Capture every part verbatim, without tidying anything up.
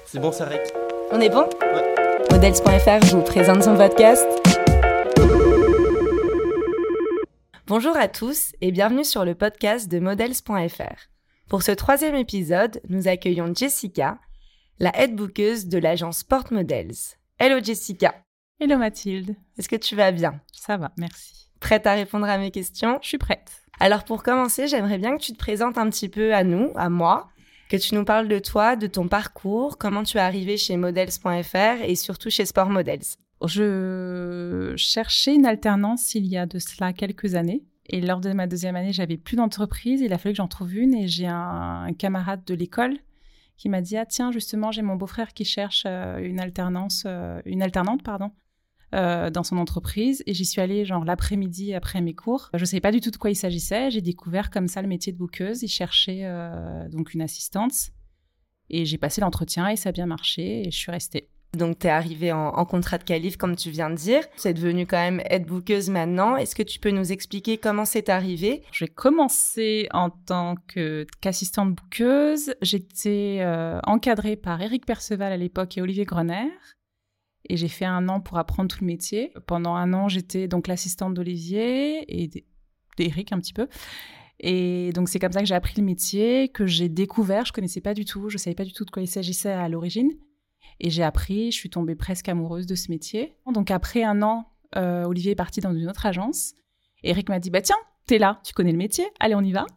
C'est bon, ça rec. On est bon ? Ouais. Models point F R vous présente son podcast. Bonjour à tous et bienvenue sur le podcast de Models point F R. Pour ce troisième épisode, nous accueillons Jessica, la head bookeuse de l'agence Sport Models. Hello Jessica. Hello Mathilde. Est-ce que tu vas bien ? Ça va, merci. Prête à répondre à mes questions ? Je suis prête. Alors pour commencer, j'aimerais bien que tu te présentes un petit peu à nous, à moi, que tu nous parles de toi, de ton parcours, comment tu es arrivée chez Models point F R et surtout chez Sport Models. Je cherchais une alternance il y a de cela quelques années. Et lors de ma deuxième année, j'avais plus d'entreprise. Il a fallu que j'en trouve une. Et j'ai un, un camarade de l'école qui m'a dit « Ah tiens, justement, j'ai mon beau-frère qui cherche euh, une alternance, euh, une alternante, pardon. » Euh, dans son entreprise, et j'y suis allée genre l'après-midi après mes cours. Je ne savais pas du tout de quoi il s'agissait. J'ai découvert comme ça le métier de bookeuse. Il cherchait euh, donc une assistante et j'ai passé l'entretien et ça a bien marché et je suis restée. Donc, tu es arrivée en, en contrat de qualif, comme tu viens de dire. Tu es devenue quand même head bookeuse maintenant. Est-ce que tu peux nous expliquer comment c'est arrivé ? J'ai commencé en tant que, qu'assistante bookeuse. J'étais euh, encadrée par Éric Perceval à l'époque et Olivier Grener. Et j'ai fait un an pour apprendre tout le métier. Pendant un an, j'étais donc l'assistante d'Olivier et d'Éric un petit peu. Et donc, c'est comme ça que j'ai appris le métier, que j'ai découvert. Je ne connaissais pas du tout. Je ne savais pas du tout de quoi il s'agissait à l'origine. Et j'ai appris, je suis tombée presque amoureuse de ce métier. Donc, après un an, euh, Olivier est parti dans une autre agence. Éric m'a dit, bah, tiens, t'es là, tu connais le métier. Allez, on y va.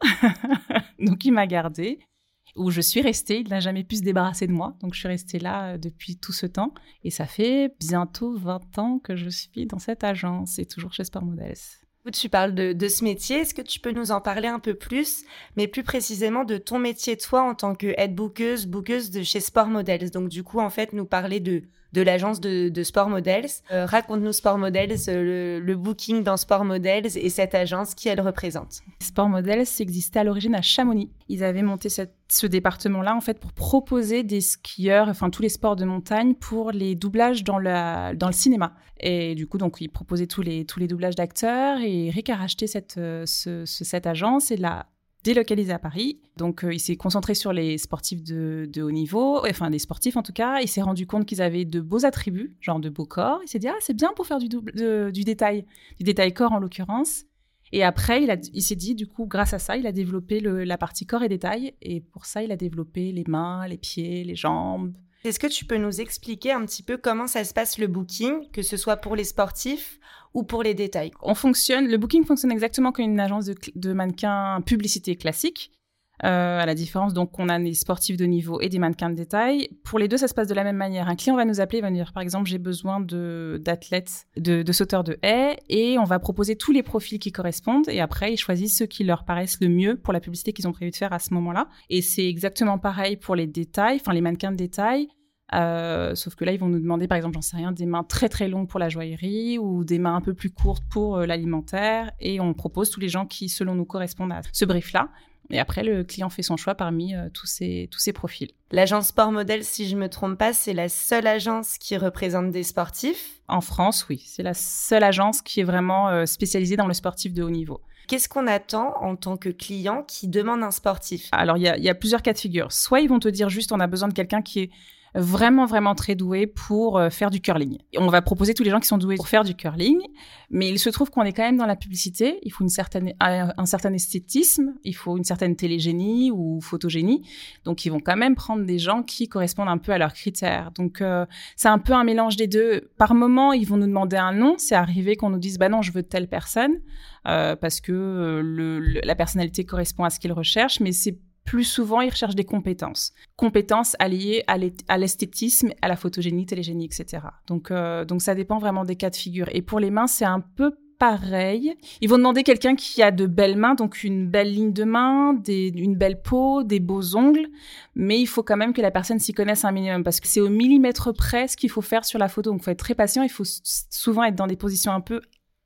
Donc, il m'a gardée. Où je suis restée, il n'a jamais pu se débarrasser de moi. Donc, je suis restée là depuis tout ce temps. Et ça fait bientôt vingt ans que je suis dans cette agence et toujours chez Sport Models. Tu parles de, de ce métier. Est-ce que tu peux nous en parler un peu plus, mais plus précisément de ton métier, toi, en tant que head bookeuse, bookeuse de chez Sport Models. Donc, du coup, en fait, nous parler de, de l'agence de, de Sport Models. Euh, raconte-nous Sport Models, le, le booking dans Sport Models et cette agence, qui elle représente. Sport Models existait à l'origine à Chamonix. Ils avaient monté cette, ce département-là, en fait, pour proposer des skieurs, enfin, tous les sports de montagne pour les doublages dans, la, dans le cinéma. Et du coup, donc, ils proposaient tous les, tous les doublages d'acteurs. Et Eric a racheté cette, ce, ce, cette agence et l'a délocalisée à Paris. Donc, euh, il s'est concentré sur les sportifs de, de haut niveau, enfin, des sportifs en tout cas. Il s'est rendu compte qu'ils avaient de beaux attributs, genre de beaux corps. Il s'est dit, ah, c'est bien pour faire du, double, de, du détail, du détail corps en l'occurrence. Et après, il, a, il s'est dit, du coup, grâce à ça, il a développé le, la partie corps et détail. Et pour ça, il a développé les mains, les pieds, les jambes. Est-ce que tu peux nous expliquer un petit peu comment ça se passe le booking, que ce soit pour les sportifs ou pour les détails ? On fonctionne, le booking fonctionne exactement comme une agence de, de mannequins publicité classique. Euh, à la différence, donc, on a des sportifs de niveau et des mannequins de détail. Pour les deux, ça se passe de la même manière. Un client va nous appeler, il va nous dire, par exemple, j'ai besoin de, d'athlètes, de, de sauteurs de haies, et on va proposer tous les profils qui correspondent, et après, ils choisissent ceux qui leur paraissent le mieux pour la publicité qu'ils ont prévu de faire à ce moment-là. Et c'est exactement pareil pour les détails, enfin, les mannequins de détail. Euh, sauf que là, ils vont nous demander, par exemple, j'en sais rien, des mains très très longues pour la joaillerie ou des mains un peu plus courtes pour euh, l'alimentaire. Et on propose tous les gens qui, selon nous, correspondent à ce brief-là. Et après, le client fait son choix parmi euh, tous ces, tous ces profils. L'agence Sport Models, si je ne me trompe pas, c'est la seule agence qui représente des sportifs. En France, oui. C'est la seule agence qui est vraiment euh, spécialisée dans le sportif de haut niveau. Qu'est-ce qu'on attend en tant que client qui demande un sportif ? Alors, il y a, y a plusieurs cas de figure. Soit ils vont te dire juste, on a besoin de quelqu'un qui est vraiment, vraiment très doué pour euh, faire du curling. Et on va proposer tous les gens qui sont doués pour faire du curling, mais il se trouve qu'on est quand même dans la publicité. Il faut une certaine, un, un certain esthétisme, il faut une certaine télégénie ou photogénie. Donc, ils vont quand même prendre des gens qui correspondent un peu à leurs critères. Donc, euh, c'est un peu un mélange des deux. Par moment, ils vont nous demander un nom. C'est arrivé qu'on nous dise, bah non, je veux telle personne, euh, parce que euh, le, le, la personnalité correspond à ce qu'ils recherchent, mais c'est plus souvent, ils recherchent des compétences. Compétences alliées à l'esthétisme, à la photogénie, télégénie, et cetera. Donc, euh, donc, ça dépend vraiment des cas de figure. Et pour les mains, c'est un peu pareil. Ils vont demander quelqu'un qui a de belles mains, donc une belle ligne de main, des, une belle peau, des beaux ongles. Mais il faut quand même que la personne s'y connaisse un minimum parce que c'est au millimètre près ce qu'il faut faire sur la photo. Donc, il faut être très patient. Il faut souvent être dans des positions un peu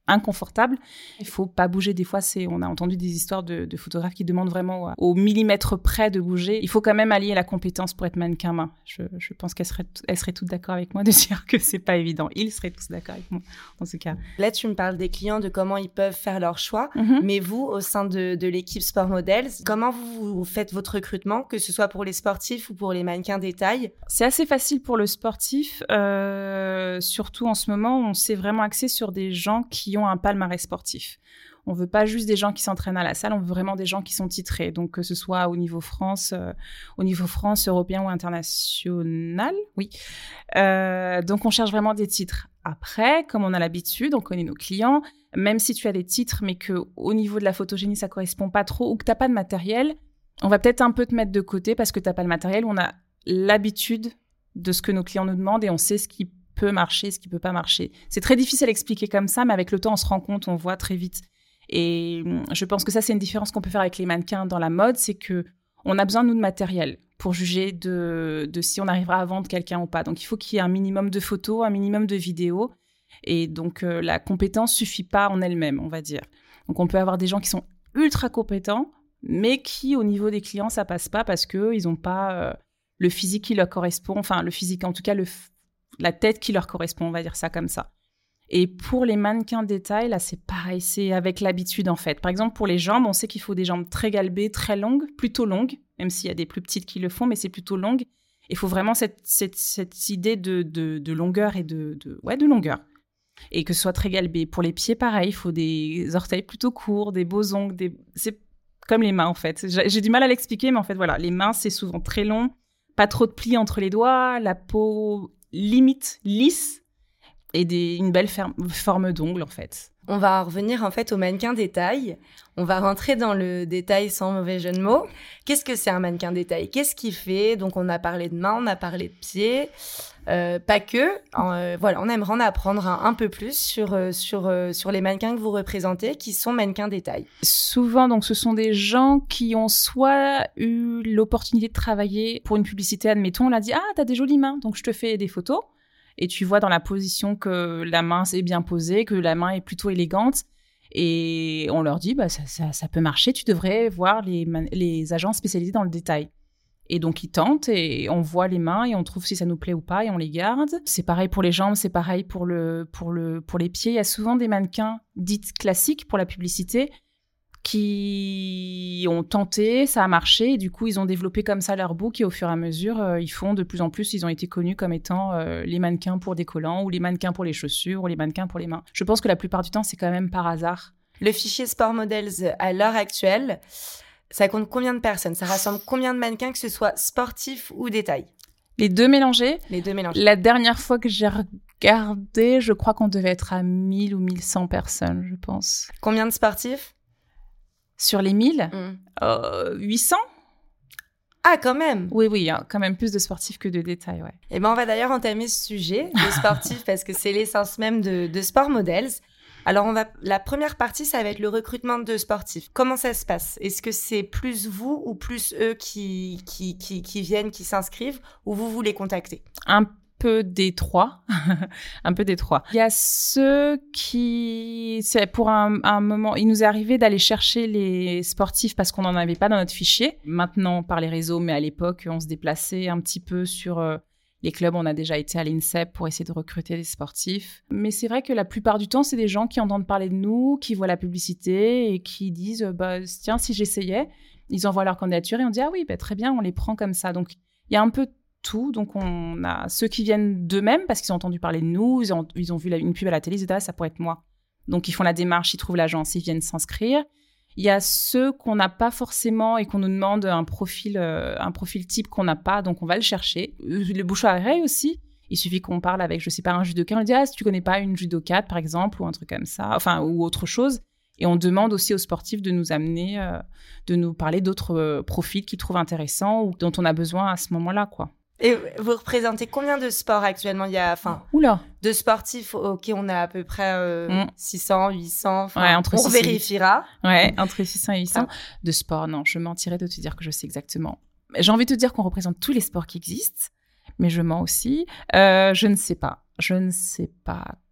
inconfortable. Il faut pas bouger. Des fois, c'est, on a entendu des histoires de, de photographes qui demandent vraiment au millimètre près de bouger. Il faut quand même allier la compétence pour être mannequin main. Je, je pense qu'elles seraient, elles seraient toutes d'accord avec moi de dire que c'est pas évident. Ils seraient tous d'accord avec moi, dans ce cas. Là, tu me parles des clients, de comment ils peuvent faire leur choix. Mm-hmm. Mais vous, au sein de, de l'équipe Sport Models, comment vous, vous faites votre recrutement, que ce soit pour les sportifs ou pour les mannequins détail? C'est assez facile pour le sportif. Euh, surtout en ce moment, on s'est vraiment axé sur des gens qui ont un palmarès sportif. On veut pas juste des gens qui s'entraînent à la salle, on veut vraiment des gens qui sont titrés. Donc, que ce soit au niveau France, euh, au niveau France, européen ou international. Oui. Euh, donc, on cherche vraiment des titres. Après, comme on a l'habitude, on connaît nos clients. Même si tu as des titres, mais que au niveau de la photogénie, ça correspond pas trop ou que t'as pas de matériel, on va peut-être un peu te mettre de côté parce que t'as pas le matériel. On a l'habitude de ce que nos clients nous demandent et on sait ce qui peut marcher, ce qui peut pas marcher. C'est très difficile à expliquer comme ça, mais avec le temps, on se rend compte, on voit très vite. Et je pense que ça, c'est une différence qu'on peut faire avec les mannequins dans la mode, c'est que on a besoin, nous, de matériel pour juger de, de si on arrivera à vendre quelqu'un ou pas. Donc, il faut qu'il y ait un minimum de photos, un minimum de vidéos. Et donc, euh, la compétence suffit pas en elle-même, on va dire. Donc, on peut avoir des gens qui sont ultra compétents, mais qui, au niveau des clients, ça passe pas parce qu'ils n'ont pas euh, le physique qui leur correspond. Enfin, le physique, en tout cas, le la tête qui leur correspond, on va dire ça comme ça. Et pour les mannequins détail, là, c'est pareil, c'est avec l'habitude, en fait. Par exemple, pour les jambes, on sait qu'il faut des jambes très galbées, très longues, plutôt longues, même s'il y a des plus petites qui le font, mais c'est plutôt longue. Il faut vraiment cette, cette, cette idée de, de, de longueur et de, de, ouais, de longueur. Et que ce soit très galbé. Pour les pieds, pareil, il faut des orteils plutôt courts, des beaux ongles, des... c'est comme les mains, en fait. J'ai, j'ai du mal à l'expliquer, mais en fait, voilà, les mains, c'est souvent très long, pas trop de plis entre les doigts, la peau limite lisse et des, une belle ferme, forme d'ongle, en fait. On va revenir, en fait, au mannequin détail. On va rentrer dans le détail sans mauvais jeu de mots. Qu'est-ce que c'est un mannequin détail? Qu'est-ce qu'il fait? Donc, on a parlé de mains, on a parlé de pieds. Euh, pas que. Euh, voilà, on aimerait en apprendre un, un peu plus sur, euh, sur, euh, sur les mannequins que vous représentez, qui sont mannequins détail. Souvent, donc, ce sont des gens qui ont soit eu l'opportunité de travailler pour une publicité, admettons, on leur dit « Ah, t'as des jolies mains, donc je te fais des photos ». Et tu vois dans la position que la main est bien posée, que la main est plutôt élégante. Et on leur dit, bah, ça, ça, ça peut marcher, tu devrais voir les, man- les agents spécialisés dans le détail. Et donc, ils tentent et on voit les mains et on trouve si ça nous plaît ou pas et on les garde. C'est pareil pour les jambes, c'est pareil pour, le, pour, le, pour les pieds. Il y a souvent des mannequins dites classiques pour la publicité qui ont tenté, ça a marché, et du coup, ils ont développé comme ça leur book, et au fur et à mesure, euh, ils font de plus en plus, ils ont été connus comme étant euh, les mannequins pour des collants, ou les mannequins pour les chaussures, ou les mannequins pour les mains. Je pense que la plupart du temps, c'est quand même par hasard. Le fichier Sport Models, à l'heure actuelle, ça compte combien de personnes? Ça rassemble combien de mannequins, que ce soit sportif ou détail? Les deux mélangés. Les deux mélangés. La dernière fois que j'ai regardé, je crois qu'on devait être à mille ou mille cent personnes, je pense. Combien de sportifs? Sur les mille, mmh. euh, huit cents. Ah, quand même. Oui, oui, hein, quand même plus de sportifs que de détails, ouais. Et ben, on va d'ailleurs entamer ce sujet de sportifs parce que c'est l'essence même de, de Sport Models. Alors, on va, la première partie, ça va être le recrutement de sportifs. Comment ça se passe? Est-ce que c'est plus vous ou plus eux qui, qui, qui, qui viennent, qui s'inscrivent, ou vous, vous les contactez? Un peu des trois. un peu des trois. Il y a ceux qui... C'est pour un, un moment... Il nous est arrivé d'aller chercher les sportifs parce qu'on n'en avait pas dans notre fichier. Maintenant, par les réseaux, mais à l'époque, on se déplaçait un petit peu sur... Euh, les clubs, on a déjà été à l'INSEP pour essayer de recruter des sportifs. Mais c'est vrai que la plupart du temps, c'est des gens qui entendent parler de nous, qui voient la publicité et qui disent bah, « Tiens, si j'essayais », ils envoient leur candidature et on dit « Ah oui, bah, très bien, on les prend comme ça ». Donc, il y a un peu tout. Donc, on a ceux qui viennent d'eux-mêmes parce qu'ils ont entendu parler de nous, ils ont, ils ont vu la, une pub à la télé, ils disent « Ah, ça pourrait être moi ». Donc, ils font la démarche, ils trouvent l'agence, ils viennent s'inscrire. Il y a ceux qu'on n'a pas forcément et qu'on nous demande un profil, euh, un profil type qu'on n'a pas, donc on va le chercher. Le bouche à oreille aussi. Il suffit qu'on parle avec, je sais pas, un judoka, on dit « Ah, si tu connais pas une judokate, par exemple, ou un truc comme ça, enfin, ou autre chose ». Et on demande aussi aux sportifs de nous amener, euh, de nous parler d'autres euh, profils qu'ils trouvent intéressants ou dont on a besoin à ce moment-là, quoi. Et vous représentez combien de sports actuellement? Il y a, enfin, Oula. de sportifs, ok, on a à peu près euh, mm. six cents, huit cents, ouais, entre on six vérifiera. Ouais, entre six cents et huit cents. Ah. De sport, non, je mentirais de te dire que je sais exactement. J'ai envie de te dire qu'on représente tous les sports qui existent, mais je mens aussi. Euh, je ne sais pas. Je ne sais pas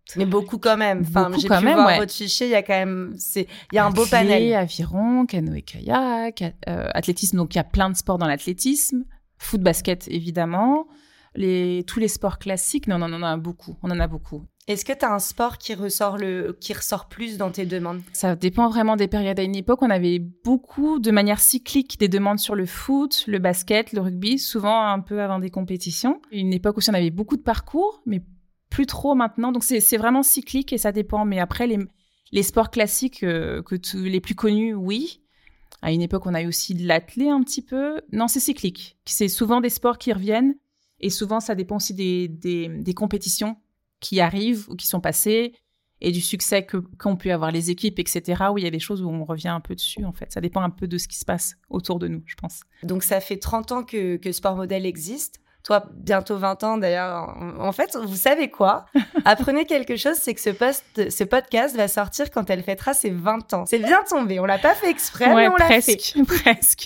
Mais beaucoup quand même. Enfin, Beaucoup j'ai quand pu même, voir ouais. votre fichier, il y a quand même, c'est, il y a un beau Athlé, panel. Aviron, canoë-kayak, euh, athlétisme, donc il y a plein de sports dans l'athlétisme. Foot, basket, évidemment. Les, tous les sports classiques, non, non, on en a beaucoup. On en a beaucoup. Est-ce que tu as un sport qui ressort, le, qui ressort plus dans tes demandes? Ça dépend vraiment des périodes. À une époque, on avait beaucoup, de manière cyclique, des demandes sur le foot, le basket, le rugby, souvent un peu avant des compétitions. Une époque aussi, on avait beaucoup de parcours, mais plus trop maintenant. Donc, c'est, c'est vraiment cyclique et ça dépend. Mais après, les, les sports classiques, euh, que tu, les plus connus, oui. À une époque, on a eu aussi de l'athlé un petit peu. Non, c'est cyclique. C'est souvent des sports qui reviennent. Et souvent, ça dépend aussi des, des, des compétitions qui arrivent ou qui sont passées et du succès que, qu'ont pu avoir les équipes, et cetera, où il y a des choses où on revient un peu dessus, en fait. Ça dépend un peu de ce qui se passe autour de nous, je pense. Donc, ça fait trente ans que, que Sport Model existe. Toi, bientôt vingt ans, d'ailleurs. En fait, vous savez quoi? Apprenez quelque chose, c'est que ce, post, ce podcast va sortir quand elle fêtera ses vingt ans. C'est bien tombé. On l'a pas fait exprès, ouais, mais on presque, l'a fait. Presque.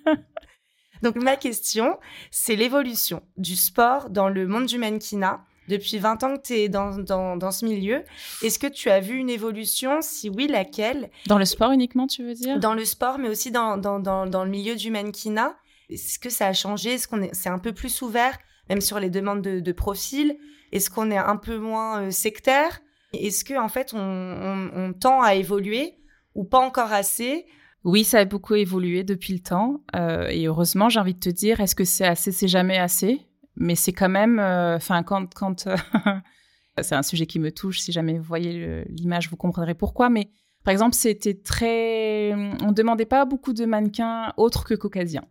Donc, ma question, c'est l'évolution du sport dans le monde du mannequinat. Depuis vingt ans que tu es dans, dans, dans ce milieu, est-ce que tu as vu une évolution? Si oui, laquelle? Dans le sport uniquement, tu veux dire? Dans le sport, mais aussi dans, dans, dans, dans le milieu du mannequinat. Est-ce que ça a changé? Est-ce qu'on est, c'est un peu plus ouvert, même sur les demandes de, de profil? Est-ce qu'on est un peu moins euh, sectaire? Est-ce qu'en en fait, on, on, on tend à évoluer ou pas encore assez? Oui, ça a beaucoup évolué depuis le temps. Euh, et heureusement, j'ai envie de te dire, est-ce que c'est assez? C'est jamais assez. Mais c'est quand même, enfin, euh, quand, quand euh, c'est un sujet qui me touche. Si jamais vous voyez le, l'image, vous comprendrez pourquoi. Mais par exemple, c'était très, on demandait pas beaucoup de mannequins autres que caucasiens.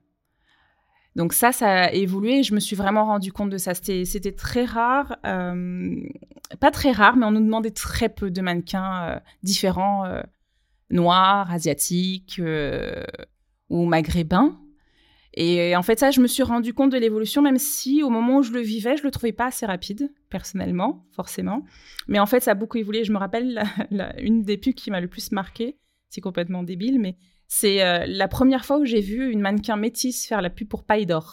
Donc ça, ça a évolué. Et je me suis vraiment rendu compte de ça. C'était, c'était très rare, euh, pas très rare, mais on nous demandait très peu de mannequins euh, différents, euh, noirs, asiatiques euh, ou maghrébins. Et en fait, ça, je me suis rendu compte de l'évolution, même si au moment où je le vivais, je le trouvais pas assez rapide, personnellement, forcément. Mais en fait, ça a beaucoup évolué. Je me rappelle, la, la, une des pubs qui m'a le plus marquée, c'est complètement débile, mais c'est euh, la première fois où j'ai vu une mannequin métisse faire la pub pour Paille d'Or.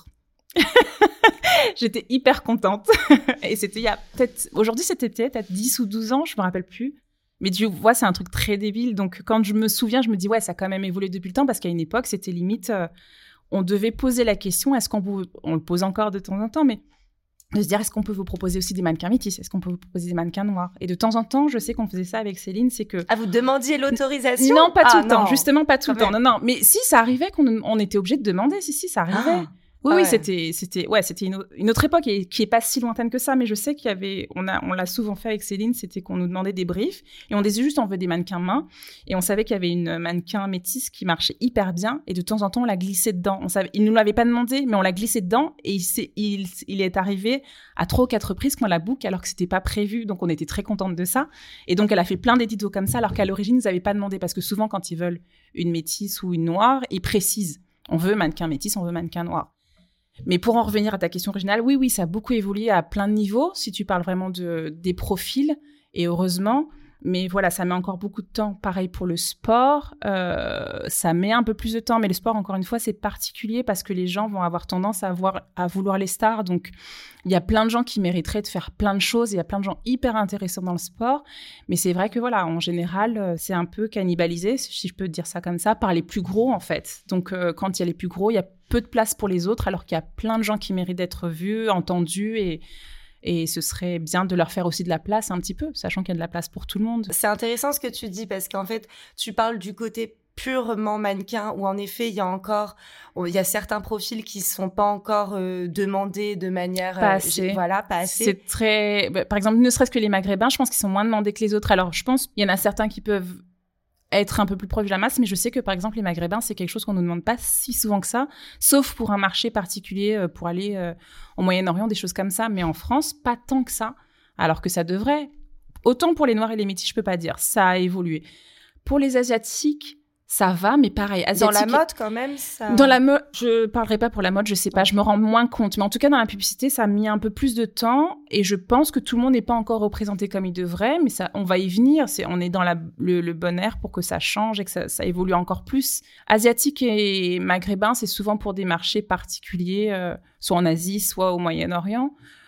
J'étais hyper contente. Et c'était il y a peut-être... Aujourd'hui, c'était peut-être dix ou douze ans, je me rappelle plus. Mais tu vois, c'est un truc très débile. Donc, quand je me souviens, je me dis, ouais, ça a quand même évolué depuis le temps, parce qu'à une époque, c'était limite... Euh, on devait poser la question, est-ce qu'on peut, on le pose encore de temps en temps, mais de se dire, est-ce qu'on peut vous proposer aussi des mannequins métis? Est-ce qu'on peut vous proposer des mannequins noirs? Et de temps en temps, je sais qu'on faisait ça avec Céline, c'est que... Ah, vous demandiez l'autorisation? Non, pas tout ah, le non. temps, justement pas tout Quand le temps. même. Non, non, mais si, ça arrivait qu'on on était obligé de demander, si, si, ça arrivait. Ah. Oui, Ah oui, ouais. c'était, c'était, ouais, c'était une, une autre époque et qui est pas si lointaine que ça, mais je sais qu'il y avait, on a, on l'a souvent fait avec Céline, c'était qu'on nous demandait des briefs et on disait juste on veut des mannequins mains et on savait qu'il y avait une mannequin métisse qui marchait hyper bien et de temps en temps on la glissait dedans. On savait, il nous l'avait pas demandé, mais on l'a glissé dedans et il, s'est, il, il est arrivé à trois ou quatre reprises qu'on la book alors que c'était pas prévu, donc on était très contente de ça. Et donc elle a fait plein d'éditos comme ça alors qu'à l'origine ils n'avaient pas demandé parce que souvent quand ils veulent une métisse ou une noire, ils précisent on veut mannequin métisse, on veut mannequin noir. Mais pour en revenir à ta question originale, oui, oui, ça a beaucoup évolué à plein de niveaux, si tu parles vraiment de, des profils, et heureusement. Mais voilà, ça met encore beaucoup de temps. Pareil pour le sport, euh, ça met un peu plus de temps. Mais le sport, encore une fois, c'est particulier parce que les gens vont avoir tendance à, avoir, à vouloir les stars. Donc, il y a plein de gens qui mériteraient de faire plein de choses. Il y a plein de gens hyper intéressants dans le sport. Mais c'est vrai que, voilà, en général, c'est un peu cannibalisé, si je peux dire ça comme ça, par les plus gros, en fait. Donc, euh, quand il y a les plus gros, il y a peu de place pour les autres, alors qu'il y a plein de gens qui méritent d'être vus, entendus et... Et ce serait bien de leur faire aussi de la place un petit peu, sachant qu'il y a de la place pour tout le monde. C'est intéressant ce que tu dis, parce qu'en fait, tu parles du côté purement mannequin, où en effet, il y a encore, il y a certains profils qui ne sont pas encore euh, demandés de manière... Pas assez. Euh, voilà, pas assez. C'est très... Par exemple, ne serait-ce que les Maghrébins, je pense qu'ils sont moins demandés que les autres. Alors, je pense qu'il y en a certains qui peuvent être un peu plus proches de la masse, mais je sais que, par exemple, les Maghrébins, c'est quelque chose qu'on ne nous demande pas si souvent que ça, sauf pour un marché particulier, pour aller euh, au Moyen-Orient, des choses comme ça. Mais en France, pas tant que ça, alors que ça devrait. Autant pour les Noirs et les Métis, je peux pas dire. Ça a évolué. Pour les Asiatiques, ça va, mais pareil. Dans la mode, quand même, ça... Dans la mode, je parlerai pas pour la mode, je sais pas, je me rends moins compte. Mais en tout cas, dans la publicité, ça a mis un peu plus de temps et je pense que tout le monde n'est pas encore représenté comme il devrait, mais ça, on va y venir. C'est, on est dans la, le, le bon air pour que ça change et que ça, ça évolue encore plus. Asiatique et maghrébin, c'est souvent pour des marchés particuliers, euh, soit en Asie, soit au Moyen-Orient.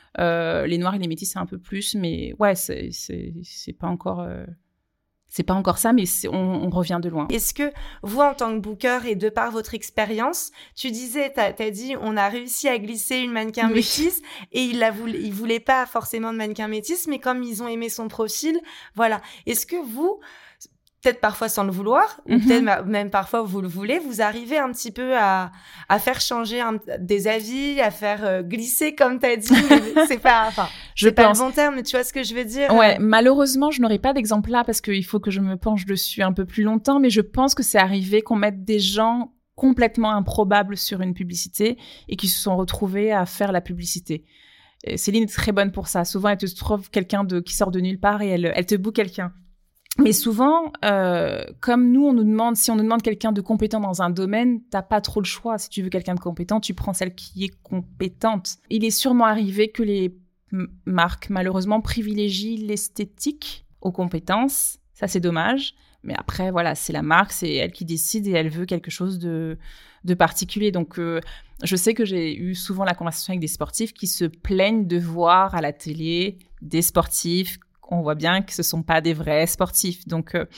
Euh, les noirs et les métis, c'est un peu plus, mais ouais, c'est, c'est, c'est pas encore... Euh... C'est pas encore ça, mais on, on revient de loin. Est-ce que vous, en tant que booker et de par votre expérience, tu disais, t'as, t'as dit, on a réussi à glisser une mannequin oui. métisse et il la voulait, il voulait pas forcément de mannequin métisse, mais comme ils ont aimé son profil, voilà. Est-ce que vous, peut-être parfois sans le vouloir, mm-hmm. ou peut-être même parfois vous le voulez, vous arrivez un petit peu à, à faire changer un, des avis, à faire euh, glisser, comme t'as dit, mais c'est pas, enfin, je c'est pense. Pas le bon terme, mais tu vois ce que je veux dire? Ouais, malheureusement, je n'aurai pas d'exemple là parce qu'il faut que je me penche dessus un peu plus longtemps, mais je pense que c'est arrivé qu'on mette des gens complètement improbables sur une publicité et qui se sont retrouvés à faire la publicité. Et Céline est très bonne pour ça. Souvent, elle te trouve quelqu'un de, qui sort de nulle part et elle, elle te book quelqu'un. Mais souvent, euh, comme nous, on nous demande, si on nous demande quelqu'un de compétent dans un domaine, t'as pas trop le choix. Si tu veux quelqu'un de compétent, tu prends celle qui est compétente. Il est sûrement arrivé que les m- marques, malheureusement, privilégient l'esthétique aux compétences. Ça, c'est dommage. Mais après, voilà, c'est la marque, c'est elle qui décide et elle veut quelque chose de, de particulier. Donc, euh, je sais que j'ai eu souvent la conversation avec des sportifs qui se plaignent de voir à la télé des sportifs. On voit bien que ce sont pas des vrais sportifs. Donc, euh,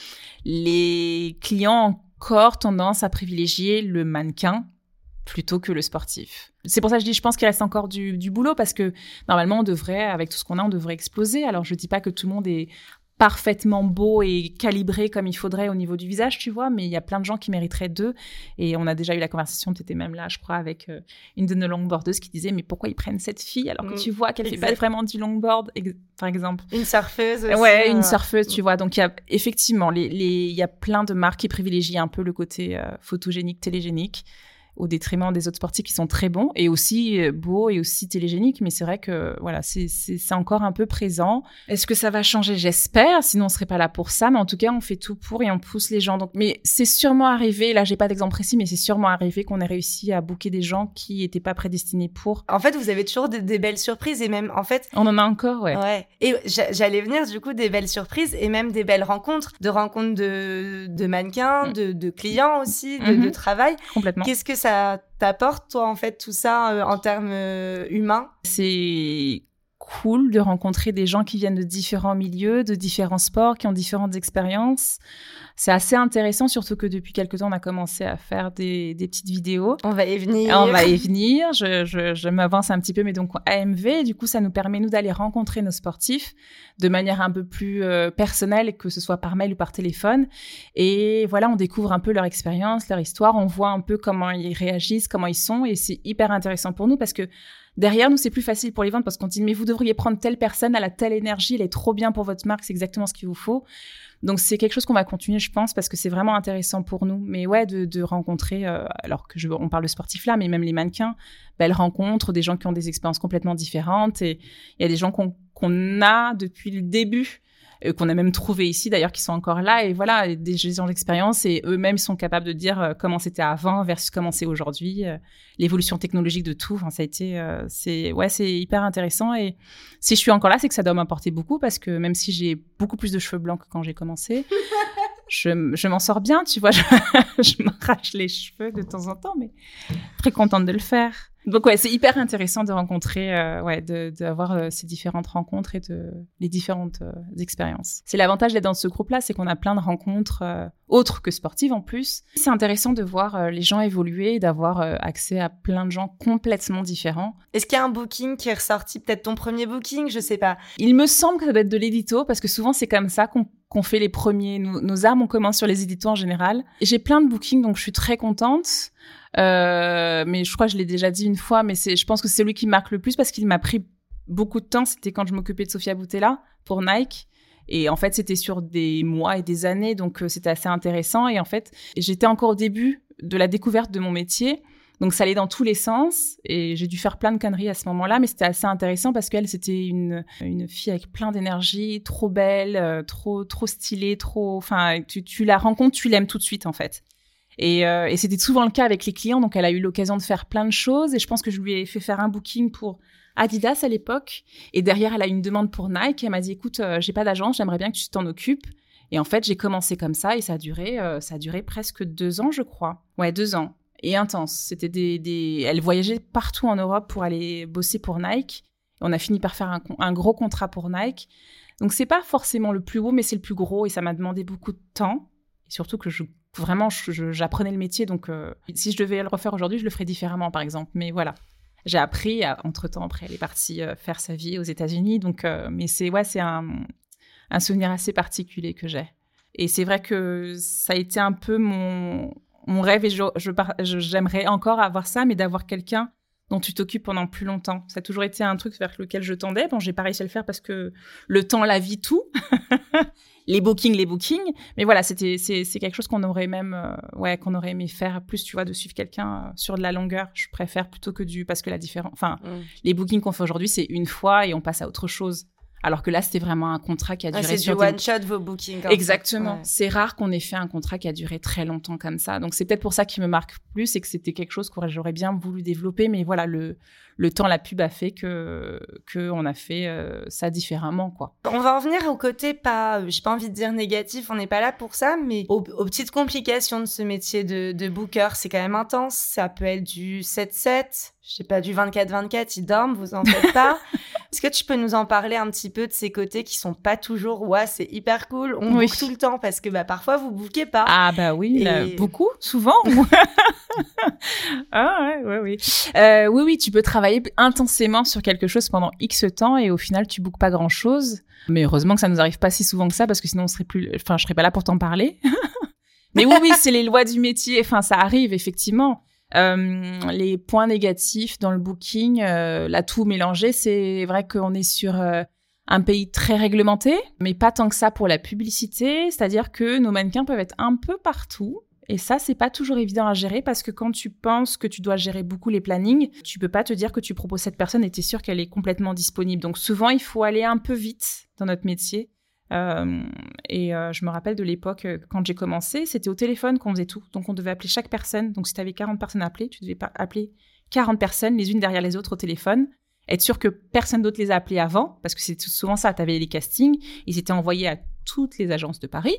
les clients ont encore tendance à privilégier le mannequin plutôt que le sportif. C'est pour ça que je dis, je pense qu'il reste encore du, du boulot parce que normalement, on devrait, avec tout ce qu'on a, on devrait exploser. Alors, je dis pas que tout le monde est parfaitement beau et calibré comme il faudrait au niveau du visage, tu vois, mais il y a plein de gens qui mériteraient d'eux. Et on a déjà eu la conversation, tu étais même là, je crois, avec euh, une de nos longboardeuses qui disait « Mais pourquoi ils prennent cette fille alors que mmh, tu vois qu'elle exact. fait pas vraiment du longboard ?» ex- par exemple. Une surfeuse aussi. Ouais, une euh... surfeuse, tu vois. Donc, il y a effectivement, les, les, il y a plein de marques qui privilégient un peu le côté euh, photogénique, télégénique, au détriment des autres sportifs qui sont très bons et aussi euh, beaux et aussi télégéniques. Mais c'est vrai que voilà, c'est, c'est, c'est encore un peu présent. Est-ce que ça va changer? J'espère. Sinon, on serait pas là pour ça. Mais en tout cas, on fait tout pour et on pousse les gens. Donc, mais c'est sûrement arrivé. Là, j'ai pas d'exemple précis, mais c'est sûrement arrivé qu'on ait réussi à booker des gens qui étaient pas prédestinés pour. En fait, vous avez toujours des, des belles surprises et même, en fait... On en a encore, ouais. Ouais. Et j'allais venir, du coup, des belles surprises et même des belles rencontres. De rencontres de, de mannequins, mmh. de, de clients aussi, de, mmh. de travail. Complètement. Qu'est-ce que ça t'apporte, toi, en fait, tout ça, euh, en termes euh, humains? C'est cool de rencontrer des gens qui viennent de différents milieux, de différents sports, qui ont différentes expériences. C'est assez intéressant, surtout que depuis quelque temps, on a commencé à faire des, des petites vidéos. On va y venir. On va y venir. Je, je, je m'avance un petit peu, mais donc A M V, du coup, ça nous permet, nous, d'aller rencontrer nos sportifs de manière un peu plus euh, personnelle, que ce soit par mail ou par téléphone. Et voilà, on découvre un peu leur expérience, leur histoire. On voit un peu comment ils réagissent, comment ils sont. Et c'est hyper intéressant pour nous parce que derrière nous, c'est plus facile pour les vendre parce qu'on dit « Mais vous devriez prendre telle personne, elle a telle énergie, elle est trop bien pour votre marque, c'est exactement ce qu'il vous faut. » Donc, c'est quelque chose qu'on va continuer, je pense, parce que c'est vraiment intéressant pour nous. Mais ouais, de, de rencontrer, euh, alors que je, on parle de sportifs là, mais même les mannequins, belles rencontres, des gens qui ont des expériences complètement différentes. Et il y a des gens qu'on, qu'on a depuis le début, euh, qu'on a même trouvé ici, d'ailleurs, qui sont encore là. Et voilà, des gens d'expérience et eux-mêmes sont capables de dire euh, comment c'était avant versus comment c'est aujourd'hui. Euh, l'évolution technologique de tout, enfin, ça a été... Euh, c'est, ouais, c'est hyper intéressant. Et si je suis encore là, c'est que ça doit m'apporter beaucoup parce que même si j'ai beaucoup plus de cheveux blancs que quand j'ai commencé, je, je m'en sors bien, tu vois. Je, je m'arrache les cheveux de temps en temps, mais très contente de le faire. Donc ouais, c'est hyper intéressant de rencontrer, euh, ouais, de d'avoir euh, ces différentes rencontres et de les différentes euh, expériences. C'est l'avantage d'être dans ce groupe-là, c'est qu'on a plein de rencontres euh, autres que sportives en plus. C'est intéressant de voir euh, les gens évoluer, et d'avoir euh, accès à plein de gens complètement différents. Est-ce qu'il y a un booking qui est ressorti, peut-être ton premier booking, je sais pas. Il me semble que ça doit être de l'édito parce que souvent c'est comme ça qu'on qu'on fait les premiers. Nos, nos armes, on commence sur les éditos en général. Et j'ai plein de bookings, donc je suis très contente. Euh, mais je crois que je l'ai déjà dit une fois, mais c'est, je pense que c'est celui qui marque le plus parce qu'il m'a pris beaucoup de temps. C'était quand je m'occupais de Sofia Boutella pour Nike. Et en fait, c'était sur des mois et des années, donc euh, c'était assez intéressant. Et en fait, j'étais encore au début de la découverte de mon métier. Donc, ça allait dans tous les sens et j'ai dû faire plein de conneries à ce moment-là, mais c'était assez intéressant parce qu'elle, c'était une, une fille avec plein d'énergie, trop belle, euh, trop, trop stylée, trop, enfin, tu, tu la rencontres, tu l'aimes tout de suite, en fait. Et, euh, et c'était souvent le cas avec les clients, donc elle a eu l'occasion de faire plein de choses et je pense que je lui ai fait faire un booking pour Adidas à l'époque et derrière, elle a eu une demande pour Nike et elle m'a dit, écoute, euh, j'ai pas d'agence, j'aimerais bien que tu t'en occupes. Et en fait, j'ai commencé comme ça et ça a duré, euh, ça a duré presque deux ans, je crois. Ouais, deux ans. Et intense. C'était des, des... Elle voyageait partout en Europe pour aller bosser pour Nike. On a fini par faire un, un gros contrat pour Nike. Donc, c'est pas forcément le plus beau, mais c'est le plus gros et ça m'a demandé beaucoup de temps. Et surtout que je, vraiment, je, je, j'apprenais le métier. Donc, euh, si je devais le refaire aujourd'hui, je le ferais différemment, par exemple. Mais voilà, j'ai appris. Entre-temps, après, elle est partie euh, faire sa vie aux États-Unis. Donc, euh, mais c'est, ouais, c'est un, un souvenir assez particulier que j'ai. Et c'est vrai que ça a été un peu mon, mon rêve et je, je, je, j'aimerais encore avoir ça, mais d'avoir quelqu'un dont tu t'occupes pendant plus longtemps. Ça a toujours été un truc vers lequel je tendais. Bon, j'ai pas réussi à le faire parce que le temps, la vie, tout. les bookings, les bookings. Mais voilà, c'était, c'est, c'est quelque chose qu'on aurait même, euh, ouais, qu'on aurait aimé faire plus, tu vois, de suivre quelqu'un euh, sur de la longueur. Je préfère plutôt que du, parce que la différence, enfin, mmh. les bookings qu'on fait aujourd'hui, c'est une fois et on passe à autre chose. Alors que là, c'était vraiment un contrat qui a duré... Ah, c'est sur du one-shot, des... vos bookings. Exactement. Ouais. C'est rare qu'on ait fait un contrat qui a duré très longtemps comme ça. Donc, c'est peut-être pour ça qu'il me marque plus et que c'était quelque chose que j'aurais bien voulu développer. Mais voilà, le, le temps, la pub a fait que qu'on a fait euh, ça différemment, quoi. On va en venir au côté pas... J'ai pas envie de dire négatif, on n'est pas là pour ça, mais aux, aux petites complications de ce métier de, de booker. C'est quand même intense. Ça peut être du sept sept, je sais pas, du vingt-quatre vingt-quatre, ils dorment, vous en faites pas. Est-ce que tu peux nous en parler un petit peu de ces côtés qui sont pas toujours, ouais, c'est hyper cool, on oui. book tout le temps parce que bah, parfois vous bookez pas. Ah bah oui, et... là, beaucoup, souvent. ah ouais, ouais, oui. Euh, oui, oui, tu peux travailler intensément sur quelque chose pendant X temps et au final tu bookes pas grand-chose. Mais heureusement que ça nous arrive pas si souvent que ça parce que sinon on serait plus, enfin je serais pas là pour t'en parler. Mais oui, oui, c'est les lois du métier. Enfin, ça arrive effectivement. Euh, les points négatifs dans le booking, euh, là tout mélangé, c'est vrai qu'on est sur euh, un pays très réglementé, mais pas tant que ça pour la publicité, c'est-à-dire que nos mannequins peuvent être un peu partout. Et ça, c'est pas toujours évident à gérer parce que quand tu penses que tu dois gérer beaucoup les plannings, tu peux pas te dire que tu proposes cette personne et t'es sûr qu'elle est complètement disponible. Donc souvent, il faut aller un peu vite dans notre métier. Euh, et euh, je me rappelle de l'époque, euh, quand j'ai commencé, c'était au téléphone qu'on faisait tout. Donc, on devait appeler chaque personne. Donc, si tu avais quarante personnes à appeler, tu devais pas appeler quarante personnes, les unes derrière les autres au téléphone. Être sûr que personne d'autre les a appelés avant, parce que c'est souvent ça. Tu avais les castings, ils étaient envoyés à toutes les agences de Paris.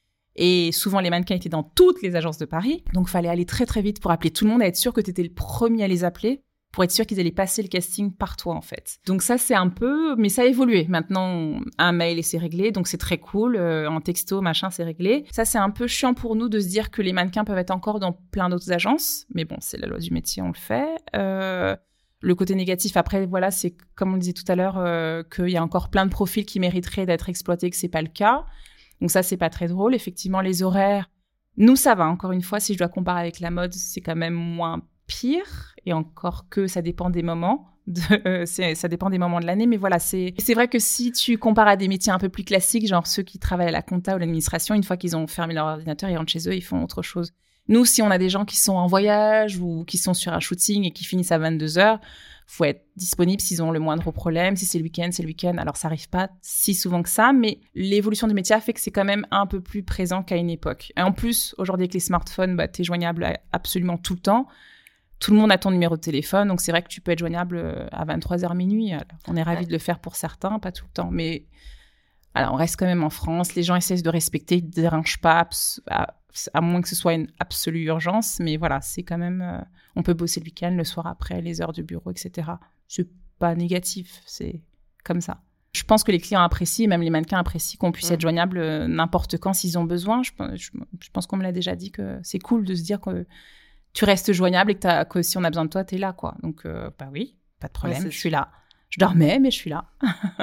Et souvent, les mannequins étaient dans toutes les agences de Paris. Donc, il fallait aller très, très vite pour appeler tout le monde et être sûr que tu étais le premier à les appeler, pour être sûr qu'ils allaient passer le casting par toi, en fait. Donc ça, c'est un peu... Mais ça a évolué. Maintenant, un mail et c'est réglé, donc c'est très cool. Euh, en texto, machin, c'est réglé. Ça, c'est un peu chiant pour nous de se dire que les mannequins peuvent être encore dans plein d'autres agences. Mais bon, c'est la loi du métier, on le fait. Euh, le côté négatif, après, voilà, c'est comme on disait tout à l'heure, euh, qu'il y a encore plein de profils qui mériteraient d'être exploités, que c'est pas le cas. Donc ça, c'est pas très drôle. Effectivement, les horaires... Nous, ça va. Encore une fois, si je dois comparer avec la mode, c'est quand même moins pire, et encore que ça dépend des moments, de, euh, c'est, ça dépend des moments de l'année, mais voilà, c'est, c'est vrai que si tu compares à des métiers un peu plus classiques, genre ceux qui travaillent à la compta ou l'administration, une fois qu'ils ont fermé leur ordinateur, ils rentrent chez eux, ils font autre chose. Nous, si on a des gens qui sont en voyage ou qui sont sur un shooting et qui finissent à vingt-deux heures, faut être disponible s'ils ont le moindre problème. Si c'est le week-end, c'est le week-end. Alors, ça arrive pas si souvent que ça, mais l'évolution du métier a fait que c'est quand même un peu plus présent qu'à une époque. Et en plus, aujourd'hui, avec les smartphones, bah, t'es joignable absolument tout le temps. Tout le monde a ton numéro de téléphone, donc c'est vrai que tu peux être joignable à vingt-trois heures minuit. Alors, on est ravis ouais. de le faire pour certains, pas tout le temps. Mais alors, on reste quand même en France. Les gens essaient de respecter, ils ne dérangent pas, à, à moins que ce soit une absolue urgence. Mais voilà, c'est quand même... Euh, on peut bosser le week-end, le soir après, les heures de bureau, et cetera. C'est pas négatif, c'est comme ça. Je pense que les clients apprécient, même les mannequins apprécient qu'on puisse mmh. être joignable euh, n'importe quand s'ils ont besoin. Je, je, je pense qu'on me l'a déjà dit que c'est cool de se dire que tu restes joignable et que, t'as, que si on a besoin de toi, t'es là, quoi. Donc, euh, bah oui, pas de problème, ouais, je suis là. Je dormais, mais je suis là.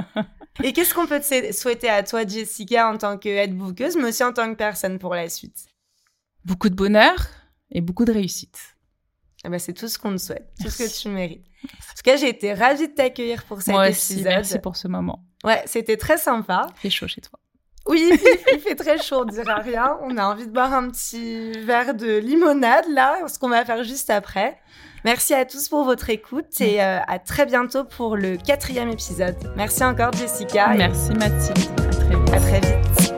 Et qu'est-ce qu'on peut te souhaiter à toi, Jessica, en tant que head bookeuse, mais aussi en tant que personne pour la suite? Beaucoup de bonheur et beaucoup de réussite. Eh ben, c'est tout ce qu'on te souhaite, tout merci. Ce que tu mérites. En tout cas, j'ai été ravie de t'accueillir pour cet Moi épisode. Aussi, merci pour ce moment. Ouais, c'était très sympa. Il fait chaud chez toi. Oui, il fait très chaud, on ne dira rien. On a envie de boire un petit verre de limonade, là, ce qu'on va faire juste après. Merci à tous pour votre écoute et euh, à très bientôt pour le quatrième épisode. Merci encore, Jessica. Merci, Mathilde. À très vite. À très vite.